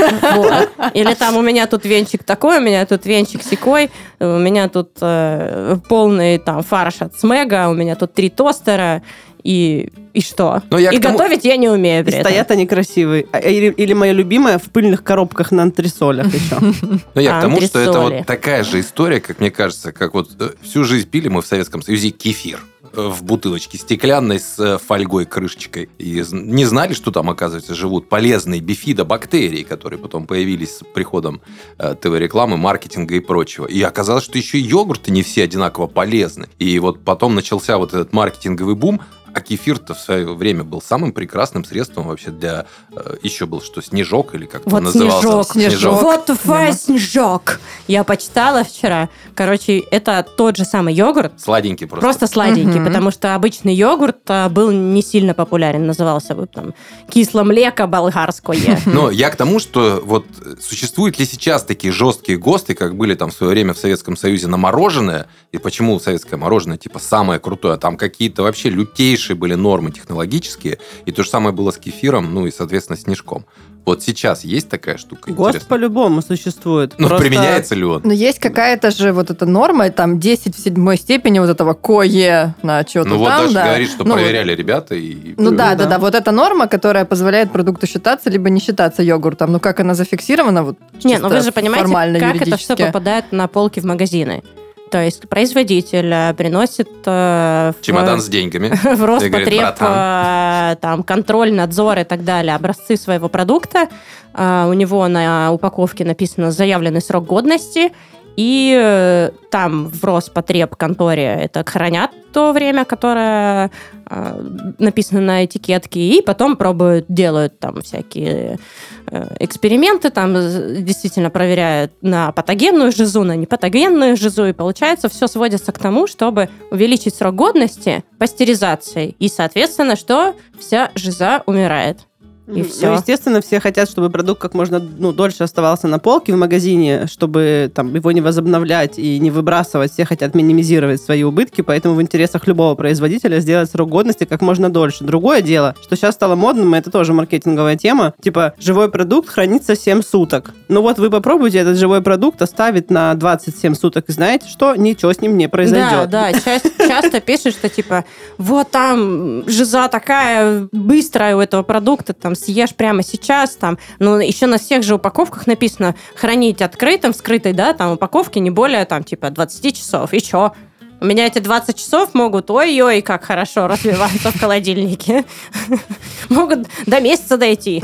Speaker 3: Вот. Или там у меня тут венчик такой, у меня тут венчик сякой, у меня тут э, полный там фарш от Смега, у меня тут три тостера, и, и что?
Speaker 4: Но я
Speaker 3: и
Speaker 4: к тому-
Speaker 3: готовить я не умею при
Speaker 2: И
Speaker 3: этом.
Speaker 2: стоят они красивые. А, Или, или моя любимая в пыльных коробках на антресолях еще.
Speaker 4: Ну, я
Speaker 3: А,
Speaker 4: к тому, что это
Speaker 3: антресоли.
Speaker 4: вот такая же история, как мне кажется, как вот э, всю жизнь пили мы в Советском Союзе кефир э, в бутылочке стеклянной с э, фольгой, крышечкой. И з- не знали, что там, оказывается, живут полезные бифидобактерии, которые потом появились с приходом э, ТВ-рекламы, маркетинга и прочего. И оказалось, что еще и йогурты не все одинаково полезны. И вот потом начался вот этот маркетинговый бум, а кефир-то в свое время был самым прекрасным средством вообще для... э, еще был что, снежок или как-то
Speaker 3: Вот
Speaker 4: он назывался?
Speaker 3: снежок.
Speaker 1: Снежок.
Speaker 3: Вот твой снежок. Я почитала вчера. Короче, это тот же самый йогурт,
Speaker 4: Сладенький просто.
Speaker 3: просто сладенький,
Speaker 1: Мгм.
Speaker 3: потому что обычный йогурт а, был не сильно популярен, назывался бы там кисло млеко болгарское.
Speaker 4: Но я к тому, что вот э, существуют ли сейчас такие жесткие ГОСТы, как были там в свое время в Советском Союзе на мороженое, и почему советское мороженое типа самое крутое, там какие-то вообще лютейшие были нормы технологические, и то же самое было с кефиром, ну и, соответственно, снежком. Вот сейчас есть такая штука?
Speaker 2: ГОСТ
Speaker 4: Интересно.
Speaker 2: по-любому существует.
Speaker 4: Ну,
Speaker 2: Просто-
Speaker 4: применяется ли он?
Speaker 1: Но есть какая-то же вот эта норма, там десять в седьмой степени вот этого кое на что-то
Speaker 4: Ну вот
Speaker 1: там,
Speaker 4: даже
Speaker 1: да.
Speaker 4: говорит, что
Speaker 1: Ну,
Speaker 4: проверяли ребята. И...
Speaker 1: Ну да, да,
Speaker 2: да.
Speaker 1: да, вот эта норма, которая позволяет продукту считаться, либо не считаться йогуртом. Ну как она зафиксирована, вот
Speaker 3: Не, ну вы
Speaker 1: чисто
Speaker 3: же понимаете,
Speaker 1: формально,
Speaker 3: как это все
Speaker 1: юридически.
Speaker 3: попадает на полки в магазины. То есть производитель э, приносит э, в,
Speaker 4: Чемодан с деньгами.
Speaker 3: в Роспотреб
Speaker 4: И говорит,
Speaker 3: э, там, контроль, надзор и так далее, образцы своего продукта. Э, у него на упаковке написано заявленный срок годности, и э, там в Роспотреб-конторе это хранят то время, которое э, написано на этикетке, и потом пробуют, делают там всякие э, эксперименты, там з- действительно проверяют на патогенную жизу, на непатогенную жизу, и получается все сводится к тому, чтобы увеличить срок годности пастеризацией, и, соответственно, что вся жиза умирает. И
Speaker 2: Ну,
Speaker 3: всё.
Speaker 2: естественно, все хотят, чтобы продукт как можно ну, дольше оставался на полке в магазине, чтобы там, его не возобновлять и не выбрасывать. Все хотят минимизировать свои убытки, поэтому в интересах любого производителя сделать срок годности как можно дольше. Другое дело, что сейчас стало модным, и это тоже маркетинговая тема, типа живой продукт хранится семь суток. Ну вот вы попробуйте этот живой продукт оставить на двадцать семь суток, и знаете что? Ничего с ним не произойдет.
Speaker 3: Да, да, часто, часто пишут, что типа, вот там жиза такая быстрая у этого продукта, там съешь прямо сейчас, там, ну, еще на всех же упаковках написано хранить открытым, вскрытой, да, там, упаковки не более, там, типа, двадцать часов, и чё? У меня эти двадцать часов могут, ой-ой, как хорошо развиваться в холодильнике. Могут до месяца дойти.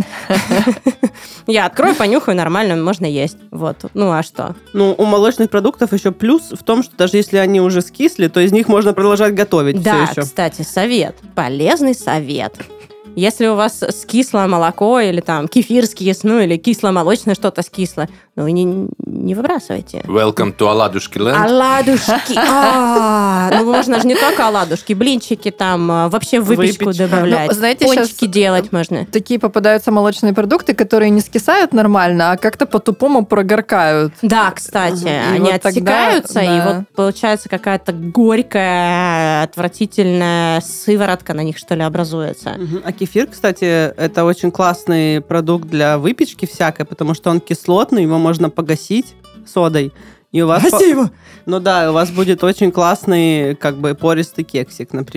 Speaker 3: Я открою, понюхаю, нормально, можно есть. Вот, ну а что?
Speaker 2: Ну, у молочных продуктов еще плюс в том, что даже если они уже скисли, то из них можно продолжать готовить
Speaker 3: Да,
Speaker 2: все еще.
Speaker 3: кстати, совет. Полезный совет. Если у вас скисло молоко или там кефир скис, ну или кисломолочное что-то скисло, ну не, не выбрасывайте.
Speaker 4: Welcome to Оладушки Land.
Speaker 3: Оладушки. А, ну можно же не только оладушки, блинчики там, а, вообще в выпечку
Speaker 2: Выпечка.
Speaker 3: добавлять.
Speaker 1: Ну, знаете,
Speaker 3: пончики
Speaker 1: щас-
Speaker 3: делать можно.
Speaker 1: Такие попадаются молочные продукты, которые не скисают нормально, а как-то по-тупому прогоркают.
Speaker 3: Да, кстати,
Speaker 1: И
Speaker 3: они
Speaker 1: вот тогда,
Speaker 3: отсекаются, и
Speaker 1: да.
Speaker 3: вот получается какая-то горькая, отвратительная сыворотка на них, что ли, образуется.
Speaker 2: Мгм. А кефир, кстати, это очень классный продукт для выпечки всякой, потому что он кислотный, его можно погасить содой. И у вас по-
Speaker 3: его!
Speaker 2: Ну да, у вас будет очень классный, как бы, пористый кексик, например.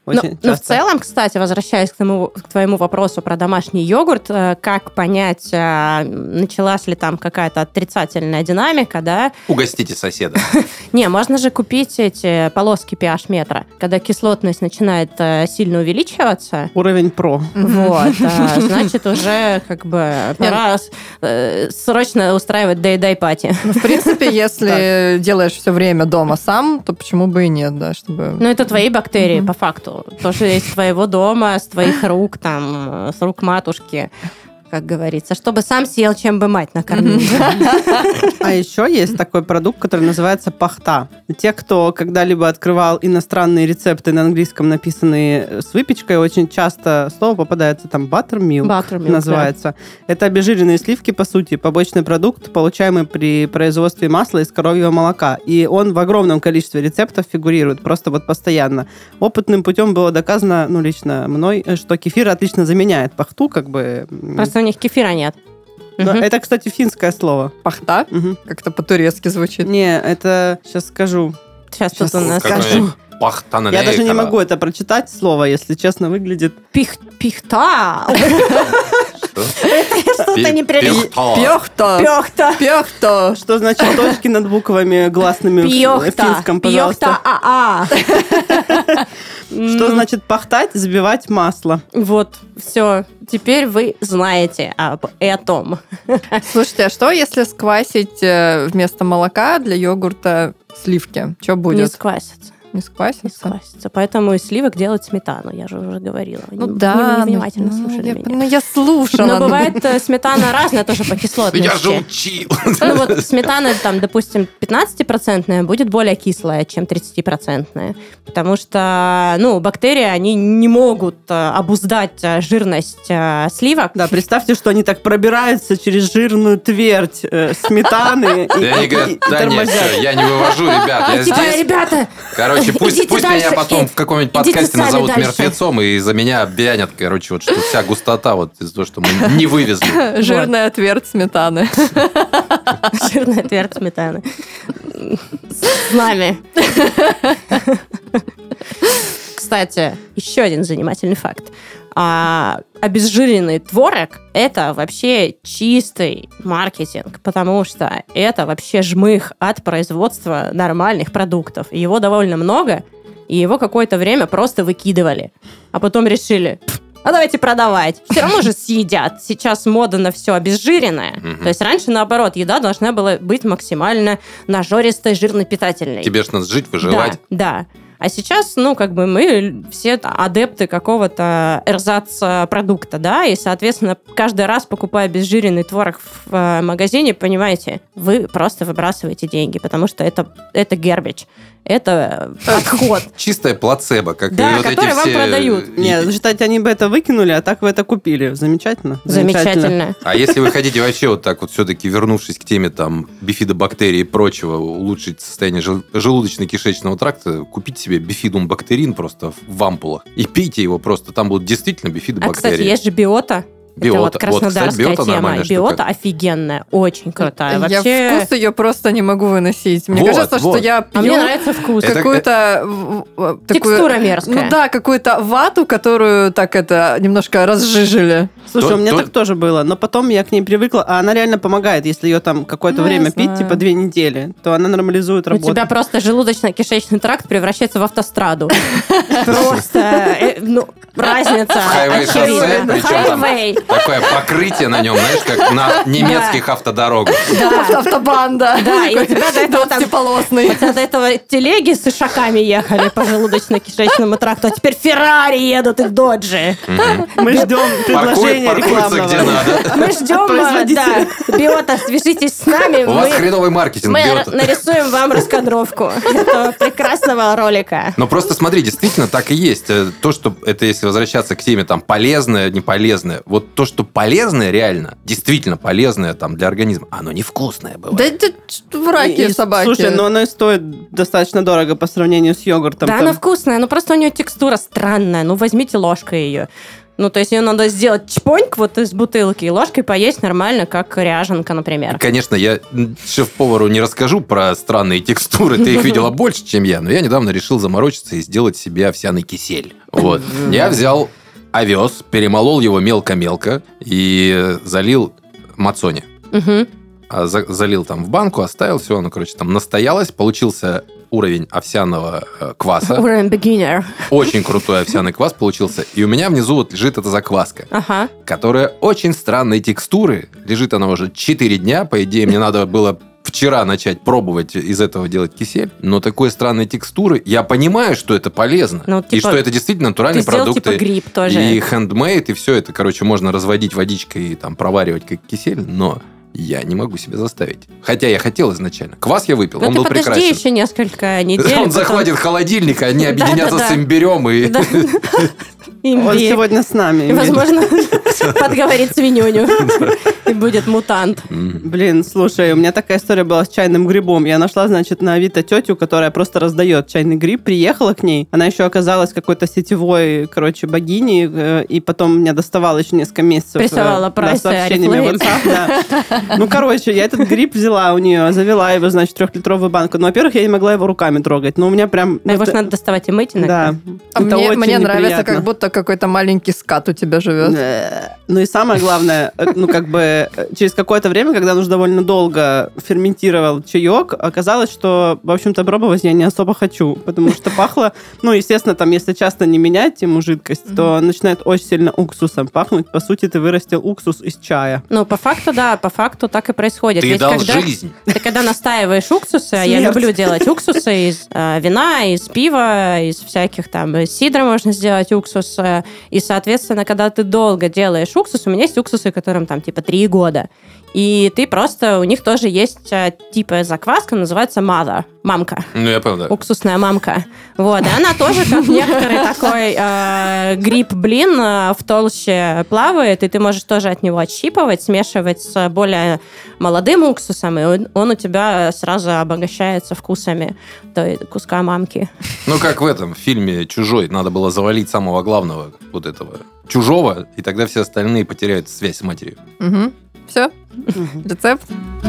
Speaker 2: Очень
Speaker 3: но, но в целом, кстати, возвращаясь к, тому, к твоему вопросу про домашний йогурт, как понять, началась ли там какая-то отрицательная динамика, да?
Speaker 4: Угостите соседа.
Speaker 3: Не, можно же купить эти полоски pH-метра, когда кислотность начинает сильно увеличиваться.
Speaker 2: Уровень про.
Speaker 3: Вот, значит, уже как бы пора срочно устраивать day-day-пати.
Speaker 1: Ну, в принципе, если делаешь все время дома сам, то почему бы и нет, да, чтобы...
Speaker 3: Ну, это твои бактерии, по факту. Тоже из твоего дома, с твоих рук, там, с рук матушки, как говорится, чтобы сам съел, чем бы мать накормил.
Speaker 2: А еще есть такой продукт, который называется пахта. Те, кто когда-либо открывал иностранные рецепты на английском, написанные с выпечкой, очень часто слово попадается там buttermilk,
Speaker 3: Buttermilk,
Speaker 2: называется. Да. Это обезжиренные сливки, по сути, побочный продукт, получаемый при производстве масла из коровьего молока. И он в огромном количестве рецептов фигурирует, просто вот постоянно. Опытным путем было доказано, ну, лично мной, что кефир отлично заменяет пахту, как бы...
Speaker 3: Просто у них кефира нет.
Speaker 2: Но
Speaker 3: Мгм.
Speaker 2: это, кстати, финское слово.
Speaker 1: Пахта?
Speaker 2: Мгм.
Speaker 1: Как-то по-турецки звучит.
Speaker 2: Не, это... Сейчас скажу.
Speaker 3: Сейчас
Speaker 2: Сейчас
Speaker 3: тут у нас
Speaker 2: скажу.
Speaker 4: Пахтана
Speaker 2: Я даже не
Speaker 4: лейкара.
Speaker 2: могу это прочитать слово, если честно, выглядит...
Speaker 3: Пих- пихта.
Speaker 4: Что?
Speaker 3: Что-то не прилично.
Speaker 4: Пехта.
Speaker 1: Пёхта!
Speaker 3: Пехта.
Speaker 1: Пёхта!
Speaker 2: Что значит точки над буквами гласными в
Speaker 3: Пьёхта.
Speaker 2: финском, пожалуйста?
Speaker 3: Пьёхта а-а.
Speaker 2: Что значит пахтать, забивать масло?
Speaker 3: Вот, все. Теперь вы знаете об этом.
Speaker 1: Слушайте, а что, если сквасить э, вместо молока для йогурта сливки? Что
Speaker 3: Не
Speaker 1: будет?
Speaker 3: сквасится.
Speaker 1: Не
Speaker 3: Не
Speaker 1: сквасится?
Speaker 3: сквасится. Поэтому из сливок делать сметану, я же уже говорила.
Speaker 1: Ну
Speaker 3: Не-
Speaker 1: да.
Speaker 3: не внимательно
Speaker 1: ну,
Speaker 3: слушали
Speaker 1: я,
Speaker 3: меня.
Speaker 1: Ну, я слушала.
Speaker 3: Но бывает э, сметана разная тоже по кислотности.
Speaker 4: Я же учил.
Speaker 3: Ну вот сметана, там, допустим, пятнадцатипроцентная будет более кислая, чем тридцатипроцентная. Потому что, ну, бактерии, они не могут э, обуздать э, жирность э, сливок.
Speaker 2: Да, представьте, что они так пробираются через жирную твердь э, сметаны и,
Speaker 4: И они
Speaker 2: и-
Speaker 4: говорят,
Speaker 2: и
Speaker 4: да нет,
Speaker 2: тормозят.
Speaker 4: все, я не вывожу, ребят, я
Speaker 3: Типа,
Speaker 4: здесь.
Speaker 3: ребята,
Speaker 4: Короче, пусть,
Speaker 3: идите
Speaker 4: пусть меня
Speaker 3: дальше,
Speaker 4: потом
Speaker 3: и-
Speaker 4: в каком-нибудь
Speaker 3: идите
Speaker 4: подкасте
Speaker 3: сами
Speaker 4: назовут
Speaker 3: дальше.
Speaker 4: мертвецом и за меня обвянят, короче, вот что вся густота вот из-за того, что мы не вывезли.
Speaker 1: Жирная твердь сметаны.
Speaker 3: жирная твердь сметаны. С нами. Кстати, еще один занимательный факт. А, обезжиренный творог – это вообще чистый маркетинг, потому что это вообще жмых от производства нормальных продуктов. Его довольно много, и его какое-то время просто выкидывали. А потом решили, а давайте продавать. Все равно же съедят. Сейчас мода на все обезжиренное.
Speaker 4: Мгм.
Speaker 3: То есть раньше, наоборот, еда должна была быть максимально нажористой, жирно-питательной.
Speaker 4: Тебе ж надо жить, выживать.
Speaker 3: Да, да. А сейчас, ну, как бы мы все адепты какого-то эрзац-продукта, да, и, соответственно, каждый раз, покупая обезжиренный творог в э, магазине, понимаете, вы просто выбрасываете деньги, потому что это, это garbage, это отход.
Speaker 4: Чистая плацебо, как
Speaker 3: Да,
Speaker 4: и вот
Speaker 3: которые
Speaker 4: эти
Speaker 3: вам
Speaker 4: все...
Speaker 3: продают.
Speaker 2: Нет, считайте, они бы это выкинули, а так вы это купили. Замечательно.
Speaker 3: Замечательно.
Speaker 4: А если вы хотите вообще вот так вот все-таки, вернувшись к теме там бифидобактерий и прочего, улучшить состояние жел- желудочно-кишечного тракта, купите себе бифидум бактерин просто в ампулах и пейте его просто. Там будут действительно
Speaker 3: А, кстати,
Speaker 4: бифидобактерии.
Speaker 3: есть же биота.
Speaker 4: Биота.
Speaker 3: Это вот
Speaker 4: Вот, кстати,
Speaker 3: краснодарская
Speaker 4: биота
Speaker 3: тема.
Speaker 4: нормальная
Speaker 3: Биота
Speaker 4: штука.
Speaker 3: офигенная, очень крутая.
Speaker 1: Я
Speaker 3: Вообще...
Speaker 1: вкус ее просто не могу выносить. Мне
Speaker 4: Вот,
Speaker 1: кажется,
Speaker 4: вот.
Speaker 1: что я
Speaker 3: А мне
Speaker 1: пью
Speaker 3: нравится вкус.
Speaker 4: Это-
Speaker 1: какую-то... в- в- такую-
Speaker 3: Текстура мерзкая.
Speaker 1: Ну да, какую-то вату, которую так это немножко разжижили.
Speaker 2: Слушай,
Speaker 4: То-
Speaker 2: у меня
Speaker 4: то-
Speaker 2: так тоже было, но потом я к ней привыкла, а она реально помогает, если ее там какое-то
Speaker 1: Ну, я
Speaker 2: время пить,
Speaker 1: знаю.
Speaker 2: типа две недели, то она нормализует
Speaker 3: У
Speaker 2: работу.
Speaker 3: тебя просто желудочно-кишечный тракт превращается в автостраду. Просто, э, ну, разница
Speaker 4: Хайвей шоссе,
Speaker 3: очевидна.
Speaker 4: причем там
Speaker 3: Хайвей.
Speaker 4: такое покрытие на нем, знаешь, как на немецких автодорогах.
Speaker 3: Да,
Speaker 1: Автобан, да.
Speaker 3: Да, и у тебя до этого там-
Speaker 1: двадцатиполосный.
Speaker 3: у тебя до этого телеги с ишаками ехали по желудочно-кишечному тракту, а теперь Феррари едут и Доджи.
Speaker 2: Мы ждем предложения
Speaker 4: Паркуй- Паркуются где
Speaker 2: рекламного.
Speaker 4: надо.
Speaker 3: Мы ждем,
Speaker 2: Производителя.
Speaker 3: да, Биота, свяжитесь с нами.
Speaker 4: У вас
Speaker 3: мы-
Speaker 4: хреновый маркетинг,
Speaker 3: Мы
Speaker 4: Биота.
Speaker 3: нарисуем вам раскадровку этого прекрасного ролика.
Speaker 4: Но просто смотри, действительно так и есть. Э, То, что это, если возвращаться к теме там полезное, не полезное, вот то, что полезное реально, действительно полезное там для организма, оно невкусное бывает.
Speaker 1: Да это враки
Speaker 2: И,
Speaker 1: собаки.
Speaker 2: Слушай, но оно и стоит достаточно дорого по сравнению с йогуртом.
Speaker 3: Да,
Speaker 2: Там-
Speaker 3: она вкусная, но просто у нее текстура странная. Ну, возьмите ложкой ее. Ну, то есть ее надо сделать чпоньк вот из бутылки и ложкой поесть нормально, как ряженка, например.
Speaker 4: Конечно, я шеф-повару не расскажу про странные текстуры, ты их видела больше, чем я, но я недавно решил заморочиться и сделать себе овсяный кисель. Вот. Я взял овес, перемолол его мелко-мелко и залил мацони.
Speaker 3: Мгм.
Speaker 4: А за- залил там в банку, оставил, все, оно, короче, там настоялось, получился уровень овсяного э, кваса.
Speaker 3: Уровень beginner.
Speaker 4: Очень крутой овсяный квас получился. И у меня внизу вот лежит эта закваска,
Speaker 3: Ага.
Speaker 4: которая очень странной текстуры. Лежит она уже четыре дня. По идее, мне надо было вчера начать пробовать из этого делать кисель. Но такой странной текстуры. Я понимаю, что это полезно.
Speaker 3: Ну,
Speaker 4: и
Speaker 3: типа,
Speaker 4: что это действительно
Speaker 3: Ты
Speaker 4: натуральные
Speaker 3: сделал
Speaker 4: продукты.
Speaker 3: типа гриб тоже.
Speaker 4: И хендмейд, и все это, короче, можно разводить водичкой и там проваривать как кисель. Но я не могу себя заставить. Хотя я хотел изначально. Квас я выпил,
Speaker 3: Ну
Speaker 4: он
Speaker 3: ты
Speaker 4: был
Speaker 3: подожди
Speaker 4: прекрасен.
Speaker 3: еще несколько недель.
Speaker 4: Он
Speaker 3: потом-
Speaker 4: захватит холодильник, они объединятся
Speaker 3: Да-да-да.
Speaker 4: с имбирем и...
Speaker 3: Да.
Speaker 2: Он
Speaker 3: Имбирь.
Speaker 2: сегодня с нами.
Speaker 3: И, возможно, подговорит свинюню. И будет мутант.
Speaker 2: Блин, слушай, у меня такая история была с чайным грибом. Я нашла, значит, на Авито тетю, которая просто раздает чайный гриб. Приехала к ней. Она еще оказалась какой-то сетевой, короче, богиней. э, И потом меня доставала еще несколько месяцев. э,
Speaker 3: Присылала
Speaker 2: да,
Speaker 3: прайсы
Speaker 2: сообщениями в
Speaker 3: Oriflame.
Speaker 2: WhatsApp, да. Ну, короче, я этот гриб взяла у нее, завела его, значит, в трехлитровую банку. Но, во-первых, я не могла его руками трогать. Но у меня прям...
Speaker 3: А его
Speaker 2: это-
Speaker 3: же надо доставать и мыть иногда.
Speaker 2: Да.
Speaker 1: А
Speaker 2: Это
Speaker 1: мне,
Speaker 2: очень
Speaker 1: мне нравится,
Speaker 2: неприятно.
Speaker 1: как будто какой-то маленький скат у тебя живет.
Speaker 2: Э, Ну и самое главное, э, ну как бы э, через какое-то время, когда он уже довольно долго ферментировал чаек, оказалось, что, в общем-то, пробовать я не особо хочу, потому что пахло, ну, естественно, там, если часто не менять ему жидкость, то начинает очень сильно уксусом пахнуть. По сути, ты вырастил уксус из чая.
Speaker 3: Ну, по факту, да, по факту так и происходит.
Speaker 4: Ты
Speaker 3: Ведь
Speaker 4: дал
Speaker 3: когда,
Speaker 4: жизнь.
Speaker 3: ты когда настаиваешь уксусы, а я
Speaker 2: Смерть.
Speaker 3: люблю делать уксусы из э, вина, из пива, из всяких там, из сидра можно сделать уксус. э, И, соответственно, когда ты долго делаешь уксус, у меня есть уксусы, которым там типа три года. И ты просто, у них тоже есть э, типа закваска, называется mother, мамка.
Speaker 4: Ну, я понял, да.
Speaker 3: Уксусная мамка. Вот. И она тоже, как некоторый такой э, гриб-блин, э, в толще плавает, и ты можешь тоже от него отщипывать, смешивать с более молодым уксусом, и он, он у тебя сразу обогащается вкусами той куска мамки.
Speaker 4: Ну, как в этом фильме «Чужой». Надо было завалить самого главного вот этого чужого, и тогда все остальные потеряют связь с матерью.
Speaker 1: Угу. Все? Рецепт?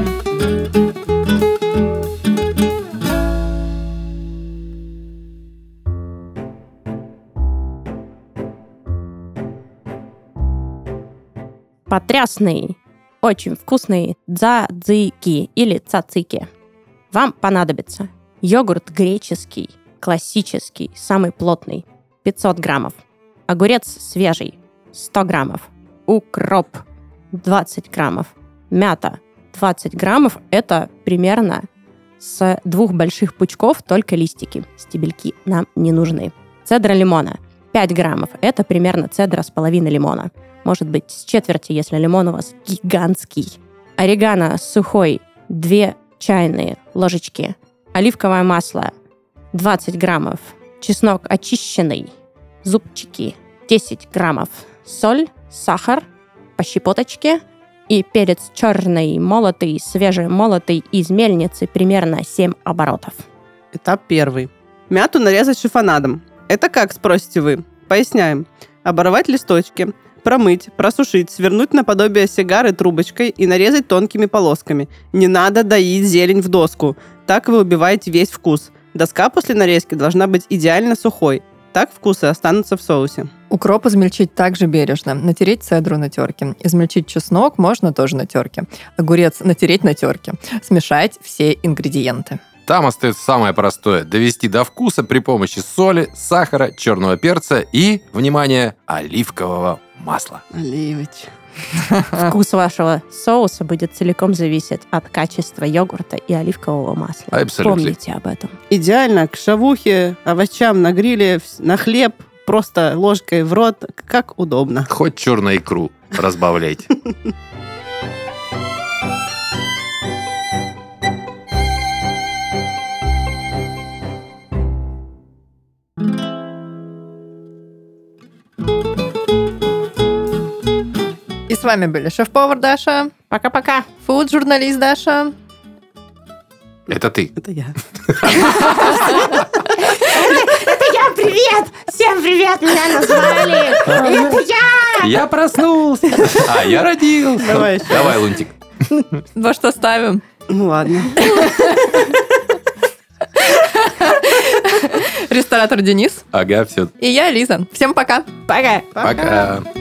Speaker 3: Потрясный, очень вкусный дзадзики или цацики. Вам понадобится йогурт греческий, классический, самый плотный, пятьсот граммов. Огурец свежий, сто граммов. Укроп, двадцать граммов. Мята, двадцать граммов. Это примерно с двух больших пучков, только листики. Стебельки нам не нужны. Цедра лимона, пять граммов. Это примерно цедра с половиной лимона. Может быть, с четверти, если лимон у вас гигантский. Орегано сухой, две чайные ложечки. Оливковое масло, двадцать граммов. Чеснок очищенный, зубчики, десять граммов. Соль, сахар, по щепоточке. И перец черный, молотый, свежемолотый из мельницы, примерно семь оборотов.
Speaker 2: Этап первый. Мяту нарезать шифонадом. Это как, спросите вы? Поясняем. Оборвать листочки, промыть, просушить, свернуть наподобие сигары трубочкой и нарезать тонкими полосками. Не надо доить зелень в доску. Так вы убиваете весь вкус. Доска после нарезки должна быть идеально сухой. Так вкусы останутся в соусе.
Speaker 1: Укроп измельчить также бережно. Натереть цедру на терке. Измельчить чеснок можно тоже на терке. Огурец натереть на терке. Смешать все ингредиенты.
Speaker 4: Там остается самое простое. Довести до вкуса при помощи соли, сахара, черного перца и, внимание, оливкового масла.
Speaker 2: Оливыч.
Speaker 3: Вкус вашего соуса будет целиком зависеть от качества йогурта и оливкового масла.
Speaker 4: Абсолютно.
Speaker 3: Помните об этом.
Speaker 2: Идеально к шавухе, овощам на гриле, вс- на хлеб, просто ложкой в рот, как удобно.
Speaker 4: Хоть черную икру разбавляйте.
Speaker 1: вами были шеф-повар Даша,
Speaker 3: Пока-пока.
Speaker 1: фуд-журналист Даша.
Speaker 4: Это ты.
Speaker 2: Это я.
Speaker 3: Это я, привет! Всем привет, меня назвали! Это я!
Speaker 4: Я проснулся. А, я родился.
Speaker 2: Давай еще
Speaker 4: Давай,
Speaker 2: раз.
Speaker 4: Лунтик.
Speaker 1: Во что ставим?
Speaker 2: Ну ладно.
Speaker 1: Ресторатор Денис.
Speaker 4: Ага, все.
Speaker 1: И я, Лиза. Всем пока.
Speaker 3: Пока.
Speaker 4: Пока.